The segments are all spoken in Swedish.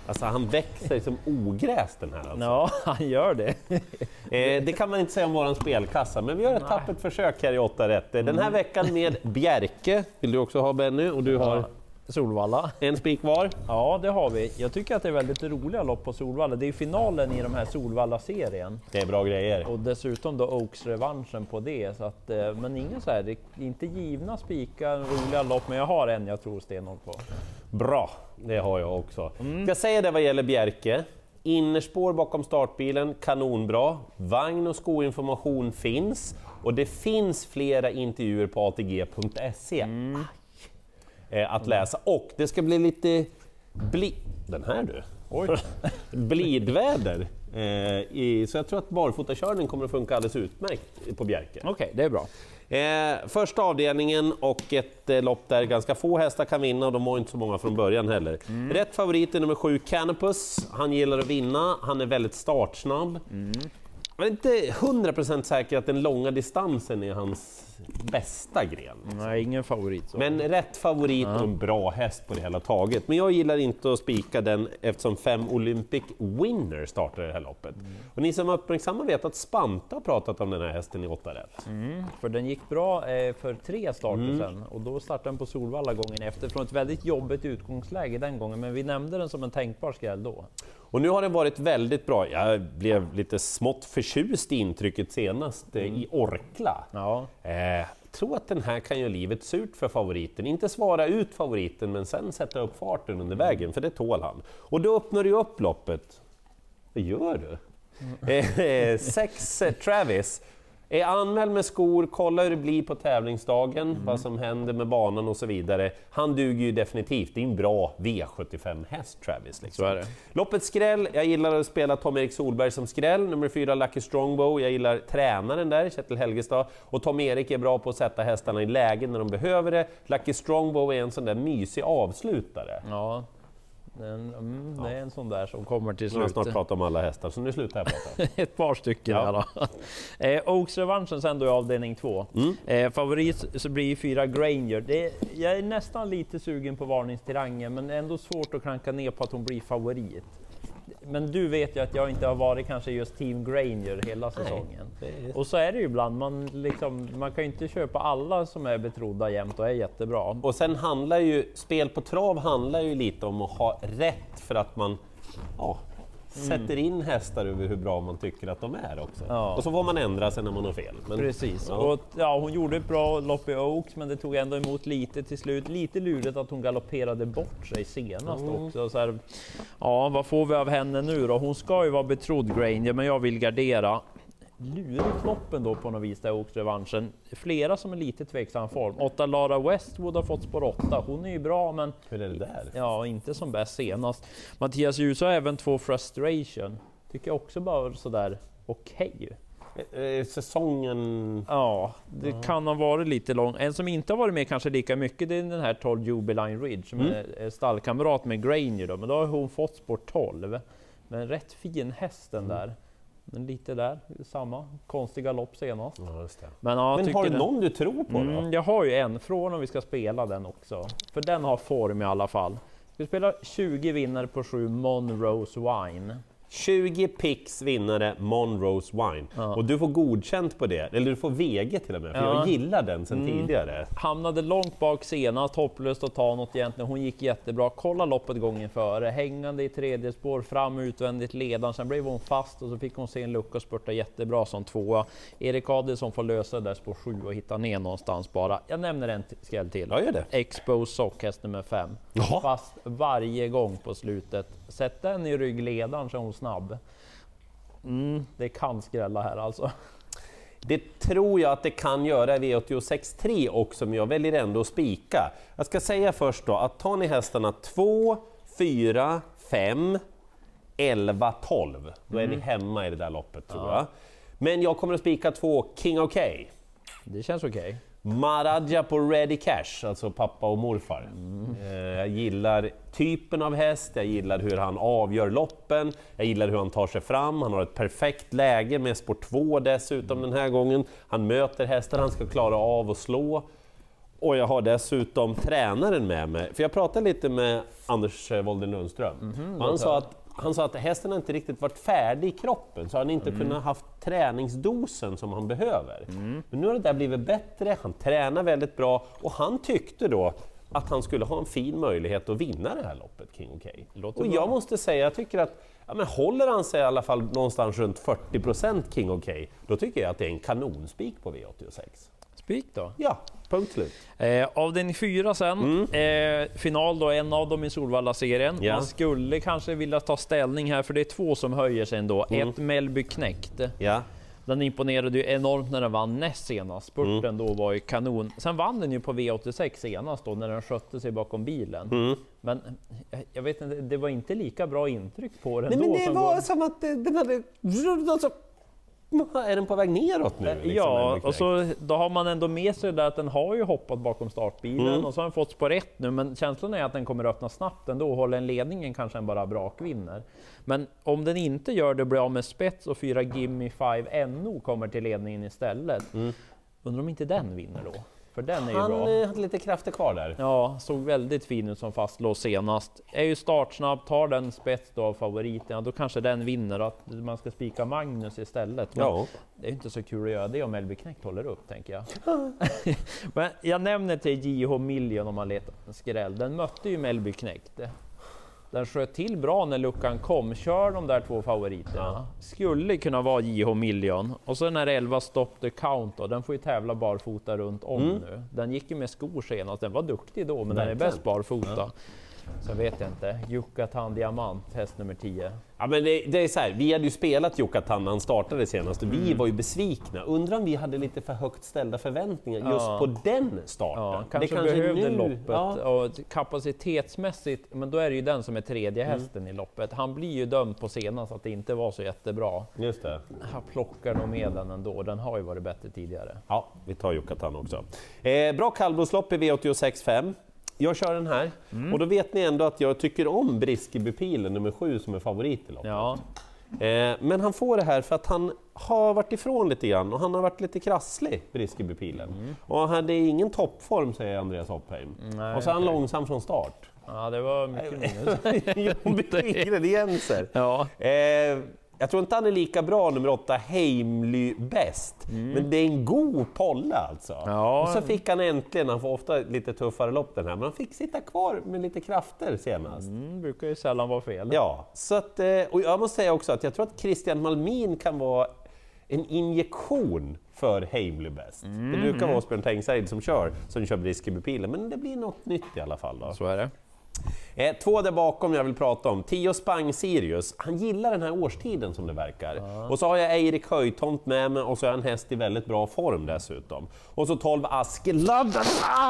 Alltså han växer som ogräs den här alltså. Ja, han gör det. Det kan man inte säga om våran spelkassa, men vi gör ett tappert försök här i 8 rätt. Den här veckan med Bjerke, vill du också ha Benny, och du har Solvalla. en spik var. Ja, det har vi. Jag tycker att det är väldigt roliga lopp på Solvalla. Det är finalen i de här Solvalla-serien. Det är bra grejer. Och dessutom då Oaks-revanschen på det. Så att, men ingen så här, det är inte givna spikar, roliga lopp, men jag har en jag tror stenhårt på. Bra, det har jag också. Ska säga det vad gäller Bjerke. Innerspår bakom startbilen, kanonbra. Vagn och skoinformation finns. Och det finns flera intervjuer på atg.se. Att läsa, och det ska bli lite den här du. Oj. Blidväder, så jag tror att barfotakörning kommer att funka alldeles utmärkt på Bjerke. Okej, det är bra. Första avdelningen och ett lopp där ganska få hästar kan vinna, och de har inte så många från början heller. Rätt favorit är nummer 7 Canopus. Han gillar att vinna, han är väldigt startsnabb. Jag är inte 100% säker att den långa distansen är hans bästa gren. Nej, ingen favorit. Så. Men rätt favorit och en bra häst på det hela taget. Men jag gillar inte att spika den eftersom 5 Olympic Winner startar det här loppet. Och ni som är uppmärksamma vet att Spanta har pratat om den här hästen i 8 rätt. För den gick bra för 3 starter sedan, och då startade den på Solvalla gången efter från ett väldigt jobbigt utgångsläge den gången, men vi nämnde den som en tänkbar skräll då. Och nu har den varit väldigt bra. Jag blev lite smått förtjust i intrycket senast i Orkla. Ja. Tror att den här kan göra livet surt för favoriten. Inte svara ut favoriten, men sen sätta upp farten under vägen, för det tål han. Och då öppnar du upp loppet. Vad gör du? 6 Travis. Är anmäld med skor, kolla hur det blir på tävlingsdagen, vad som händer med banan och så vidare. Han duger ju definitivt, det är en bra V75-häst Travis. Liksom. Så är det. Loppets skräll, jag gillar att spela Tom-Erik Solberg som skräll. Nummer 4 Lucky Strongbow, jag gillar tränaren där, Kjetil Helgestad. Och Tom-Erik är bra på att sätta hästarna i lägen när de behöver det. Lucky Strongbow är en sån där mysig avslutare. Ja. Det är en sån där som kommer till slut. Jag har snart pratat om alla hästar, så nu slutar jag prata. Ett par stycken här då. Oaks-revanschen sen då i avdelning 2. Favorit så blir 4 Granger. Jag är nästan lite sugen på varningstirangen, men ändå svårt att kranka ner på att hon blir favorit. Men du vet ju att jag inte har varit kanske just Team Granger hela säsongen. Och så är det ju ibland, man kan ju inte köpa alla som är betrodda jämt och är jättebra. Och sen handlar ju, spel på trav handlar ju lite om att ha rätt, för att man sätter in hästar över hur bra man tycker att de är också. Ja. Och så får man ändra sig när man har fel. Men, precis. Och, hon gjorde ett bra lopp i Oaks, men det tog ändå emot lite till slut. Lite lurigt att hon galopperade bort sig senast också. Så här, vad får vi av henne nu då? Hon ska ju vara betrodd Granger, men jag vill gardera. Lurigt loppen då på något vis där Oaks-revanschen. Flera som är lite tveksam form. 8 Lara Westwood har fått spår 8. Hon är ju bra, men hur är det där? Ja, inte som bäst senast. Mattias Ljus har även 2 Frustration. Tycker jag också bara sådär okej. Säsongen... Ja, det kan ha varit lite lång. En som inte har varit med kanske lika mycket, det är den här 12 Jubiline Ridge som är stallkamrat med Granger då. Men då har hon fått spår 12. Men rätt fin hästen där. Men lite där, samma konstiga lopp senast. Ja, just det. Men har du någon du tror på då? Jag har ju en från om vi ska spela den också. För den har form i alla fall. Vi spelar 20 vinnare på 7 Monrose Wine. 20 pix vinnare Monrose Wine. Och du får godkänt på det, eller du får VG till och med, för jag gillar den sen tidigare. Hamnade långt bak senast, hopplöst att ta något egentligen. Hon gick jättebra, kolla loppet gången före, hängande i tredje spår, fram utvändigt ledan, sen blev hon fast och så fick hon se en lucka och spurta jättebra som 2. Erik Adelsson får lösa där spår 7 och hitta ner någonstans bara. Jag nämner en skräll till. Ja, gör det. Expose Sock, häst nummer 5. Fast varje gång på slutet. Sätt den i ryggledaren så hon snabb. Det kan skrälla här alltså. Det tror jag att det kan göra i V86.3 också, men jag väljer ändå att spika. Jag ska säga först då att tar ni hästarna 2, 4, 5, 11, 12, då är ni hemma i det där loppet tror jag. Men jag kommer att spika 2 King OK. Det känns okej. Maradja på Ready Cash, alltså pappa och morfar. Jag gillar typen av häst, jag gillar hur han avgör loppen, jag gillar hur han tar sig fram, han har ett perfekt läge med spår 2 dessutom den här gången. Han möter hästar han ska klara av att slå. Och jag har dessutom tränaren med mig. För jag pratade lite med Anders Wolden Lundström. Han sa att hästen inte riktigt varit färdig i kroppen, så han inte kunnat haft träningsdosen som han behöver. Men nu har det där blivit bättre, han tränar väldigt bra och han tyckte då att han skulle ha en fin möjlighet att vinna det här loppet, King of K. Och jag måste säga, jag tycker att håller han sig i alla fall någonstans runt 40% King of K, då tycker jag att det är en kanonspik på V86. Spik då? Ja, punkt slut. Avdelning 4 sen, final då, en av dem i Solvalla-serien. Ja. Man skulle kanske vilja ta ställning här, för det är 2 som höjer sig ändå. Ett Melby Knekt. Ja. Den imponerade ju enormt när den vann näst senast. Spurten då var ju kanon. Sen vann den ju på V86 senast då, när den skötte sig bakom bilen. Men jag vet inte, det var inte lika bra intryck på den. Nej, då men det var som att den hade... Är den på väg neråt nu? Liksom, ja, och så då har man ändå med sig där att den har ju hoppat bakom startbilen och så har den fått spår 1 nu, men känslan är att den kommer öppna snabbt ändå och håller en ledningen, kanske en bara brakvinner. Men om den inte gör det, blir av med spets och 4 Gimme 5 NO kommer till ledningen istället. Undrar om inte den vinner då? För den är ju bra. Han hade lite krafter kvar där. Ja, såg väldigt fin ut som fastlås senast. Är ju startsnabb, tar den spets då av favoriterna, då kanske den vinner, att man ska spika Magnus istället. Men det är inte så kul att göra det om Melby Knekt håller upp, tänker jag. Men jag nämner till JH Million om man letar en skräll. Den mötte ju Melby Knekt. Den sköt till bra när luckan kom, kör de där 2 favoriterna. Skulle kunna vara JH Million. Och så när 11 Stop the Count då, den får ju tävla barfota runt om nu. Den gick ju med skor senast, den var duktig då, men den är bäst barfota. Så vet jag inte. Yucatan Diamant, häst nummer 10. Ja, men det är så här, vi hade ju spelat Yucatan när han startade senast och vi var ju besvikna. Undrar om vi hade lite för högt ställda förväntningar just på den starten. Ja, kanske behövde loppet och kapacitetsmässigt, men då är det ju den som är tredje hästen i loppet. Han blir ju dömd på senast att det inte var så jättebra. Just det. Han plockar nog med den ändå, den har ju varit bättre tidigare. Ja, vi tar Yucatan också. Bra kallblodslopp i V86.5. Jag kör den här, och då vet ni ändå att jag tycker om Briskeby-pilen nummer 7 som är favorit i loppet. Ja. Men han får det här för att han har varit ifrån lite grann och han har varit lite krasslig, Briskeby-pilen. Och han hade ingen toppform, säger Andreas Hoppheim. Och så är han långsam från start. Ja, det var mycket minus. Jobbigt ingredienser. Ja. Jag tror inte han är lika bra nummer 8, Heimly bäst. Men det är en god polle alltså. Ja. Och så fick han äntligen, han får ofta lite tuffare lopp den här, men han fick sitta kvar med lite krafter senast. Brukar ju sällan vara fel. Ja, så att, och jag måste säga också att jag tror att Christian Malmin kan vara en injektion för Heimly bäst. Det brukar vara Osbjörn Tengsaid som kör Briskeby-pilen, men det blir något nytt i alla fall då. Så är det. 2 där bakom jag vill prata om. 10 Spang Sirius. Han gillar den här årstiden som det verkar. Och så har jag Eirik Höjtomt med mig och så är en häst i väldigt bra form dessutom. Och så 12 Askeladden.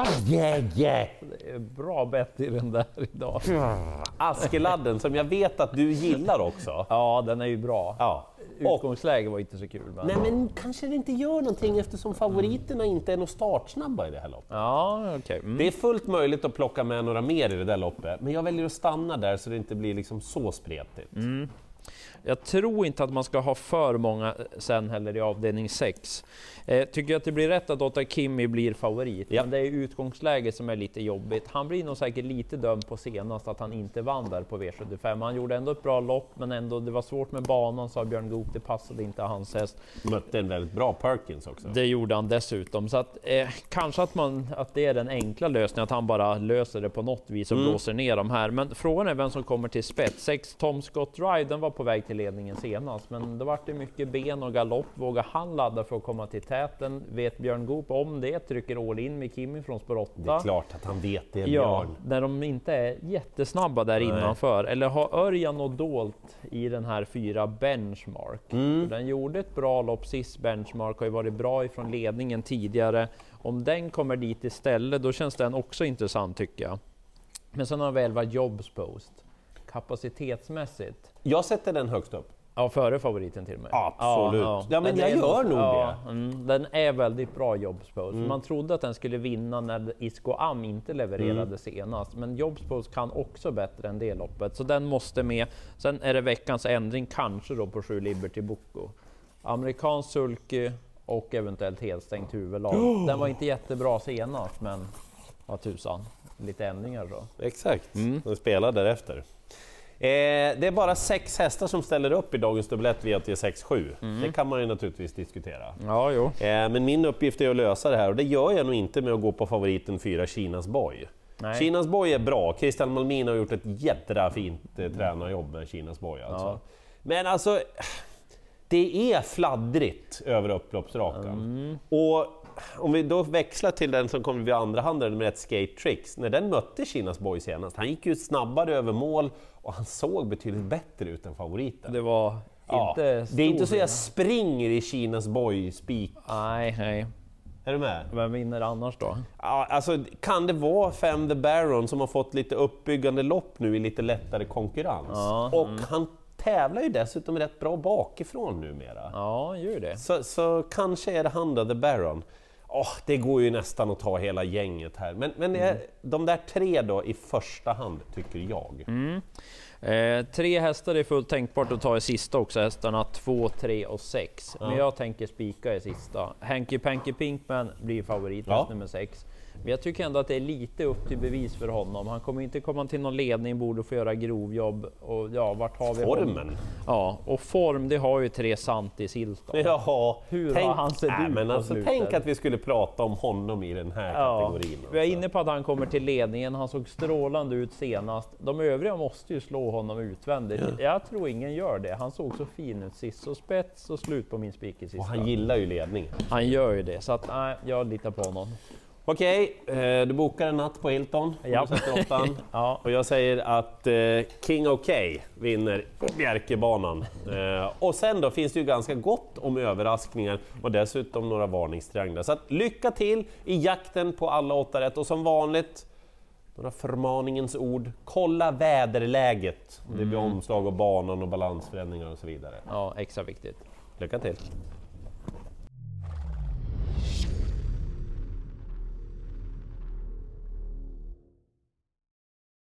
Det är bra bett i den där idag. Askeladden som jag vet att du gillar också. Ja, den är ju bra. Ja. Utgångsläge var inte så kul. Men... Nej, men kanske det inte gör någonting eftersom favoriterna inte är något startsnabba i det här loppet. Ja, okay. Det är fullt möjligt att plocka med några mer i det där loppet, men jag väljer att stanna där så det inte blir liksom så spretigt. Jag tror inte att man ska ha för många sen heller i avdelning 6. Tycker jag att det blir rätt att låta Kimi blir favorit, men det är utgångsläget som är lite jobbigt. Han blir nog säkert lite dömd på senast att han inte vann där på V75. Han gjorde ändå ett bra lopp, men ändå det var svårt med banan, sa Björn Goop, det passade inte hans häst. Mötte en väldigt bra Perkins också. Det gjorde han dessutom, så att kanske att det är den enkla lösningen, att han bara löser det på något vis och blåser ner dem här. Men frågan är vem som kommer till spets. 6 Tom Scott Ride, den var på väg till ledningen senast, men då var det mycket ben och galopp. Vågar han ladda för att komma till täten? Vet Björn Goop om det? Trycker all in med Kimi från spår 8. Det är klart att han vet det, Björn. Ja, när de inte är jättesnabba där innanför. Eller har Örjan och dolt i den här 4 Benchmark. Den gjorde ett bra lopp sist. Benchmark har ju varit bra ifrån ledningen tidigare. Om den kommer dit istället, då känns den också intressant tycker jag. Men sen har vi 11 Jobs Post. Kapacitetsmässigt. Jag sätter den högst upp. Ja, före favoriten till mig. Absolut. Ja, men jag gör nog det. Den är väldigt bra, Jobs Post. Man trodde att den skulle vinna när Isco Am inte levererade senast. Men Jobs Post kan också bättre än det loppet. Så den måste med. Sen är det veckans ändring kanske då på 7 Liberty Bocco. Amerikansk sulky och eventuellt helt stängt huvudlag. Den var inte jättebra senast, men Vad tusan, lite ändringar då. Exakt, de spelar därefter. Det är bara 6 hästar som ställer upp i dagens dubblett V86.7. Det kan man ju naturligtvis diskutera. Ja, jo. Men min uppgift är att lösa det här och det gör jag nog inte med att gå på favoriten 4 Kinas Boy. Nej. Kinas Boy är bra, Christian Malmin har gjort ett jädra fint tränarjobb med Kinas Boy alltså. Ja. Men alltså, det är fladdrigt över upploppsrakan. Och om vi då växlar till den som kommer vid andra handen med ett Skate Tricks, när den mötte Kinas Boy senast, han gick ju snabbare över mål och han såg betydligt bättre ut än favoriten. Det var inte det är inte så jag springer i Kinas Boy spik. Nej. Är du med? Vem vinner annars då? Ja, alltså, kan det vara 5 The Baron som har fått lite uppbyggande lopp nu i lite lättare konkurrens? Ja, och han tävlar ju dessutom rätt bra bakifrån numera. Ja, gör det. Så kanske är det han då, The Baron. Det går ju nästan att ta hela gänget här. Men de där 3 då i första hand, tycker jag. 3 hästar är fullt tänkbart att ta i sista också, hästarna 2, 3 och 6. Men jag tänker spika i sista. Hanky Panky Pinkman blir favorit, häst nummer 6. Men jag tycker ändå att det är lite upp till bevis för honom. Han kommer inte komma till någon ledning, borde få göra grovjobb. Och vart har vi formen? Honom? Ja, och form, det har ju 3 Santis Hilton. Ja, hur har han sett ut men på alltså, slutet? tänk att vi skulle prata om honom i den här kategorin. Vi är inne på att han kommer till ledningen, han såg strålande ut senast. De övriga måste ju slå honom utvändigt. Jag tror ingen gör det. Han såg så fin ut sist, och spets och slut på min spik i sista. Och han gillar ju ledningen. Han gör ju det, så att jag litar på honom. Okej, du bokar en natt på Hilton. Ja. Ja. Och jag säger att King OK vinner Bjerkebanan. Och sen då finns det ju ganska gott om överraskningar och dessutom några varningstrianglar. Så att lycka till i jakten på alla 8 rätt. Och som vanligt, några förmaningens ord. Kolla väderläget. Det blir omslag och banan och balansförändringar och så vidare. Ja, extra viktigt. Lycka till!